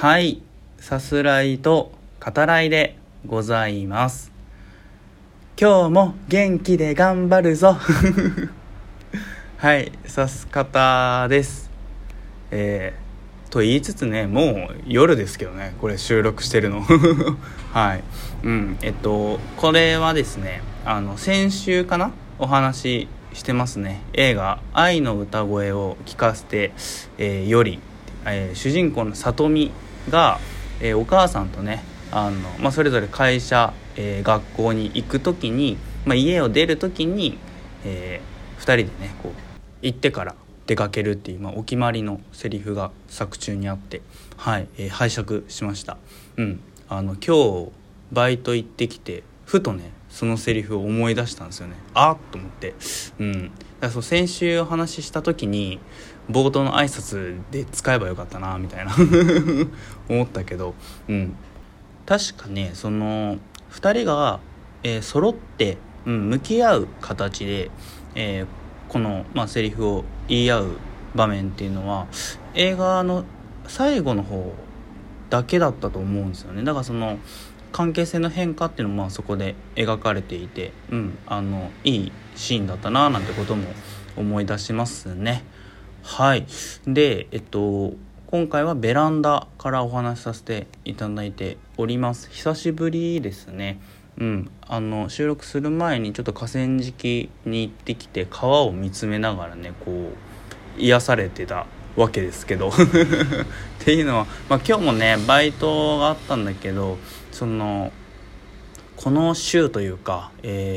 はい、さすらいと語らいでございます。今日も元気で頑張るぞはい、さす方です。と言いつつね、もう夜ですけどね、これ収録してるのはい、これはですね、先週かなお話ししてますね。映画愛の歌声を聞かせて、より、主人公の里美が、お母さんとねそれぞれ会社、学校に行くときに、家を出るときに、2人でねこう行ってから出かけるっていう、お決まりのセリフが作中にあって、はい、拝借しました。今日バイト行ってきてふとねそのセリフを思い出したんですよね。あっと思って、だからそう先週お話しした時に冒頭の挨拶で使えばよかったなみたいな思ったけど、確かねその2人が、揃って、向き合う形で、この、セリフを言い合う場面っていうのは映画の最後の方だけだったと思うんですよね。だからその関係性の変化っていうのもそこで描かれていて、いいシーンだったななんてことも思い出しますね。はい。で、今回はベランダからお話しさせていただいております。久しぶりですね。収録する前にちょっと河川敷に行ってきて川を見つめながらねこう癒されてたわけですけどっていうのは、今日もねバイトがあったんだけどこの週というか、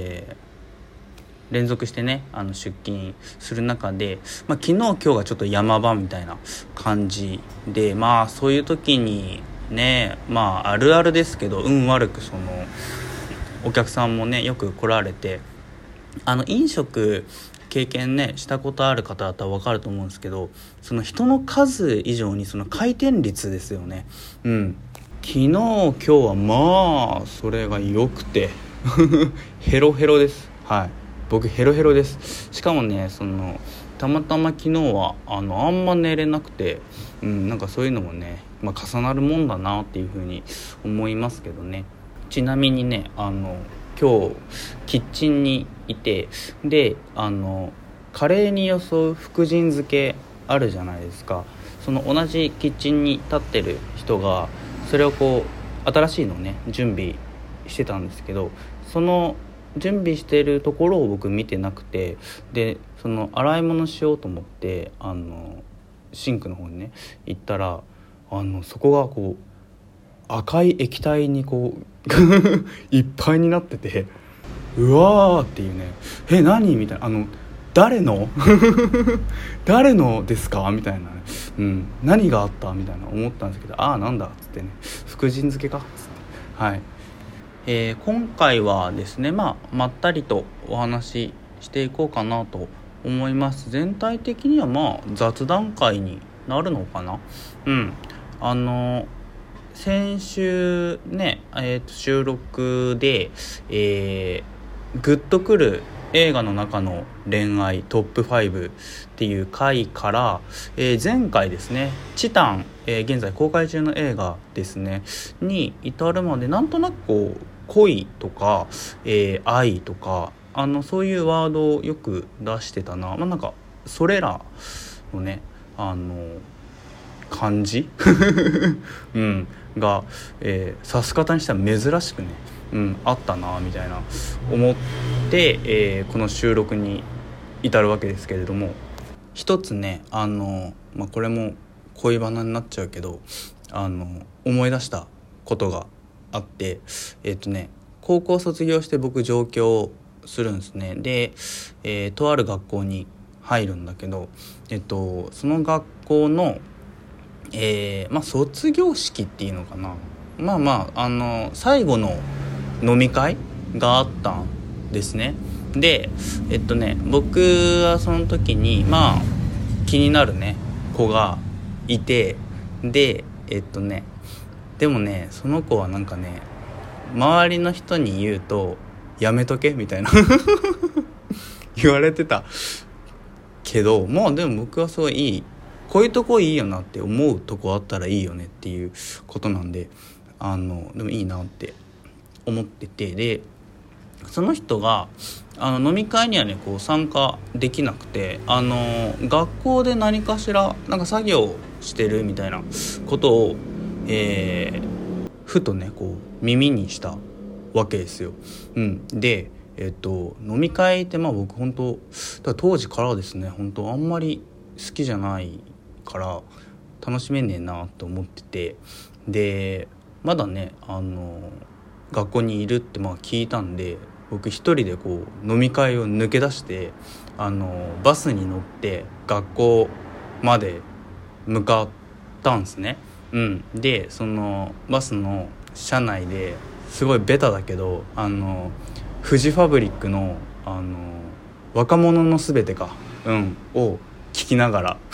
連続してね出勤する中で、昨日今日がちょっと山場みたいな感じで、そういう時にねあるあるですけど運悪くそのお客さんもねよく来られて、飲食経験ねしたことある方だったら分かると思うんですけど、その人の数以上にその回転率ですよね。昨日今日はそれが良くてヘロヘロです。はい、僕ヘロヘロです。しかもねたまたま昨日はあんま寝れなくて、なんかそういうのもね、重なるもんだなっていうふうに思いますけどね。ちなみにね今日キッチンにいて、でカレーによそう福神漬けあるじゃないですか。その同じキッチンに立ってる人がそれをこう新しいのをね準備してたんですけど、その準備してるところを僕見てなくて、でその洗い物しようと思ってシンクの方にね行ったらそこがこう赤い液体にこういっぱいになってて、うわーっていうね、何みたいな、誰の誰のですかみたいなね、何があったみたいな思ったんですけど、なんだっつってね、福神漬けかっつって、はい。今回はですねまったりとお話ししていこうかなと思います。全体的には雑談会になるのかな。先週ね、収録で、グッとくる映画の中の恋愛トップ5っていう回から、前回ですねチタン、現在公開中の映画ですねに至るまでなんとなくこう恋とか、愛とかそういうワードをよく出してたな。なんかそれらのね感じが、指す方にしては珍しくね、あったなみたいな思って、この収録に至るわけですけれども、一つねこれも恋バナになっちゃうけど思い出したことがあって、高校卒業して僕上京するんですね。で、とある学校に入るんだけど、その学校の卒業式っていうのかな、最後の飲み会があったんですね。で僕はその時に気になるね子がいて、ででもねその子はなんかね周りの人に言うとやめとけみたいな言われてたけど、でも僕はすごいいいこういうとこいいよなって思うとこあったらいいよねっていうことなんで、でもいいなって思ってて、でその人が飲み会にはねこう参加できなくて、学校で何かしらなんか作業してるみたいなことを、ふとねこう耳にしたわけですよ。で飲み会って僕本当当時からですね、本当あんまり好きじゃないから楽しめねえなと思ってて、でまだね学校にいるって聞いたんで、僕一人でこう飲み会を抜け出してバスに乗って学校まで向かったんですね。でそのバスの車内ですごいベタだけどフジファブリックの若者のすべてかを聞きながら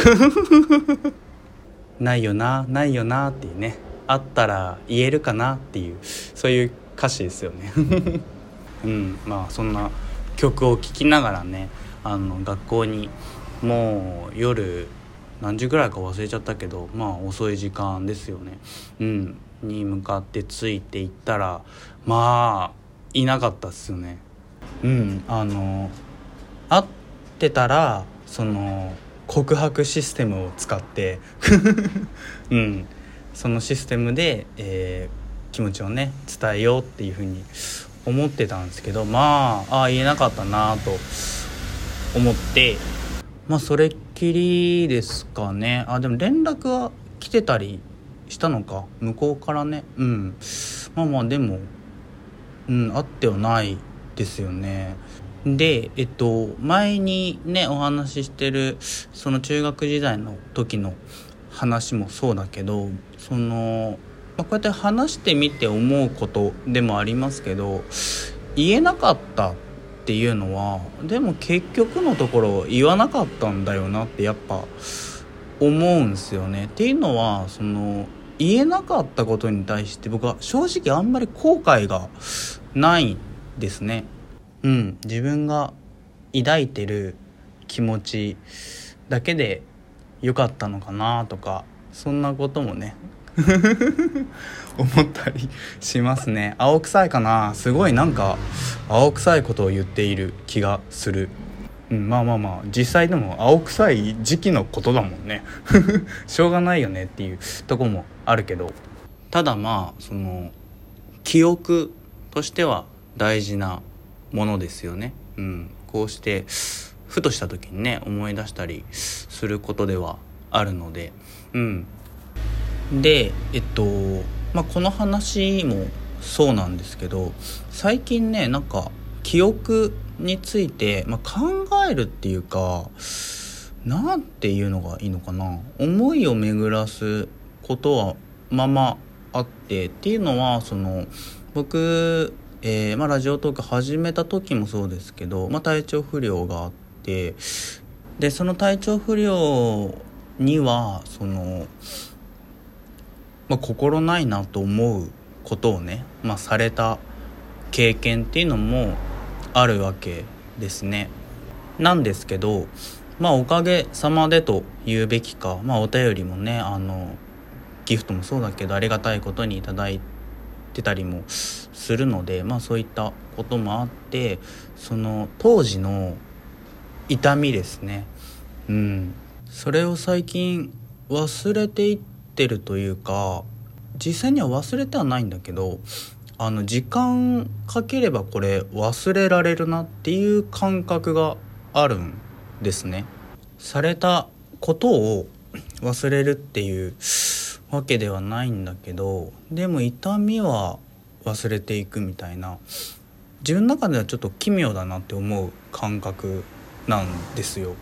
ないよなないよなっていうね、あったら言えるかなっていう、そういう歌詞ですよねそんな曲を聴きながらね学校にもう夜何時ぐらいか忘れちゃったけど遅い時間ですよねに向かってついていったらいなかったっすよね。会ってたらその告白システムを使ってそのシステムで、気持ちをね伝えようっていう風に思ってたんですけど言えなかったなと思ってそれっきりですかね。でも連絡は来てたりしたのか、向こうからねでもあってはないですよね。で前にねお話ししてるその中学時代の時の話もそうだけど、こうやって話してみて思うことでもありますけど、言えなかったっていうのはでも結局のところ言わなかったんだよなってやっぱ思うんですよね。っていうのは言えなかったことに対して僕は正直あんまり後悔がないんですね。自分が抱いてる気持ちだけで良かったのかなとか、そんなこともね思ったりしますね。青臭いかな、すごいなんか青臭いことを言っている気がする。実際でも青臭い時期のことだもんねしょうがないよねっていうとこもあるけど、ただその記憶としては大事なものですよね。こうしてふとした時にね思い出したりすることではあるのででこの話もそうなんですけど、最近ねなんか記憶について、考えるっていうかなんていうのがいいのかな、思いを巡らすことはあってっていうのは僕ラジオトーク始めた時もそうですけど、体調不良があって、でその体調不良には心ないなと思うことをね、された経験っていうのもあるわけですね。なんですけどおかげさまでと言うべきか、お便りもねギフトもそうだけどありがたいことにいただいてたりもするので、そういったこともあって当時の痛みですね、それを最近忘れていってるというか、実際には忘れてはないんだけど時間かければこれ忘れられるなっていう感覚があるんですね。されたことを忘れるっていうわけではないんだけど、でも痛みは忘れていくみたいな、自分の中ではちょっと奇妙だなって思う感覚なんですよ。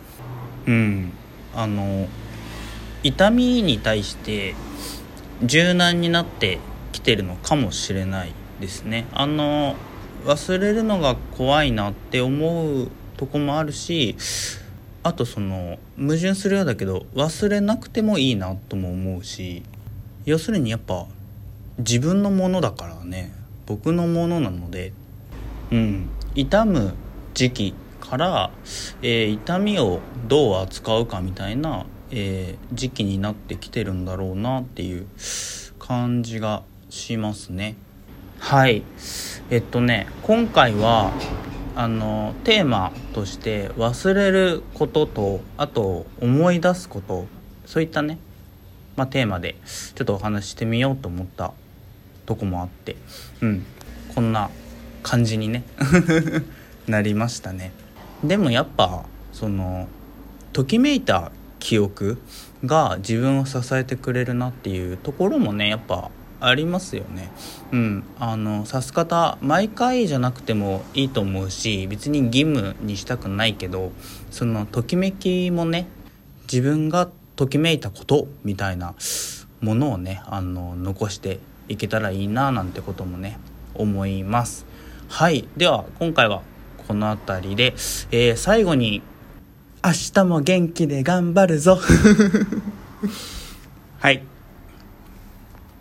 痛みに対して柔軟になってきてるのかもしれないですね。忘れるのが怖いなって思うとこもあるし、あと矛盾するようだけど忘れなくてもいいなとも思うし、要するにやっぱ自分のものだからね、僕のものなので、痛む時期から、痛みをどう扱うかみたいな、 時期になってきてるんだろうなっていう感じがしますね。はい。今回はテーマとして忘れることと、あと思い出すこと、そういったね、テーマでちょっとお話ししてみようと思ったとこもあって、こんな感じにねなりましたね。でもやっぱときめいた記憶が自分を支えてくれるなっていうところもね、やっぱありますよね。指す方毎回じゃなくてもいいと思うし、別に義務にしたくないけど、そのときめきもね、自分がときめいたことみたいなものをね、残していけたらいいななんてこともね思います。はい。では今回はこの辺りで、最後に明日も元気で頑張るぞはい。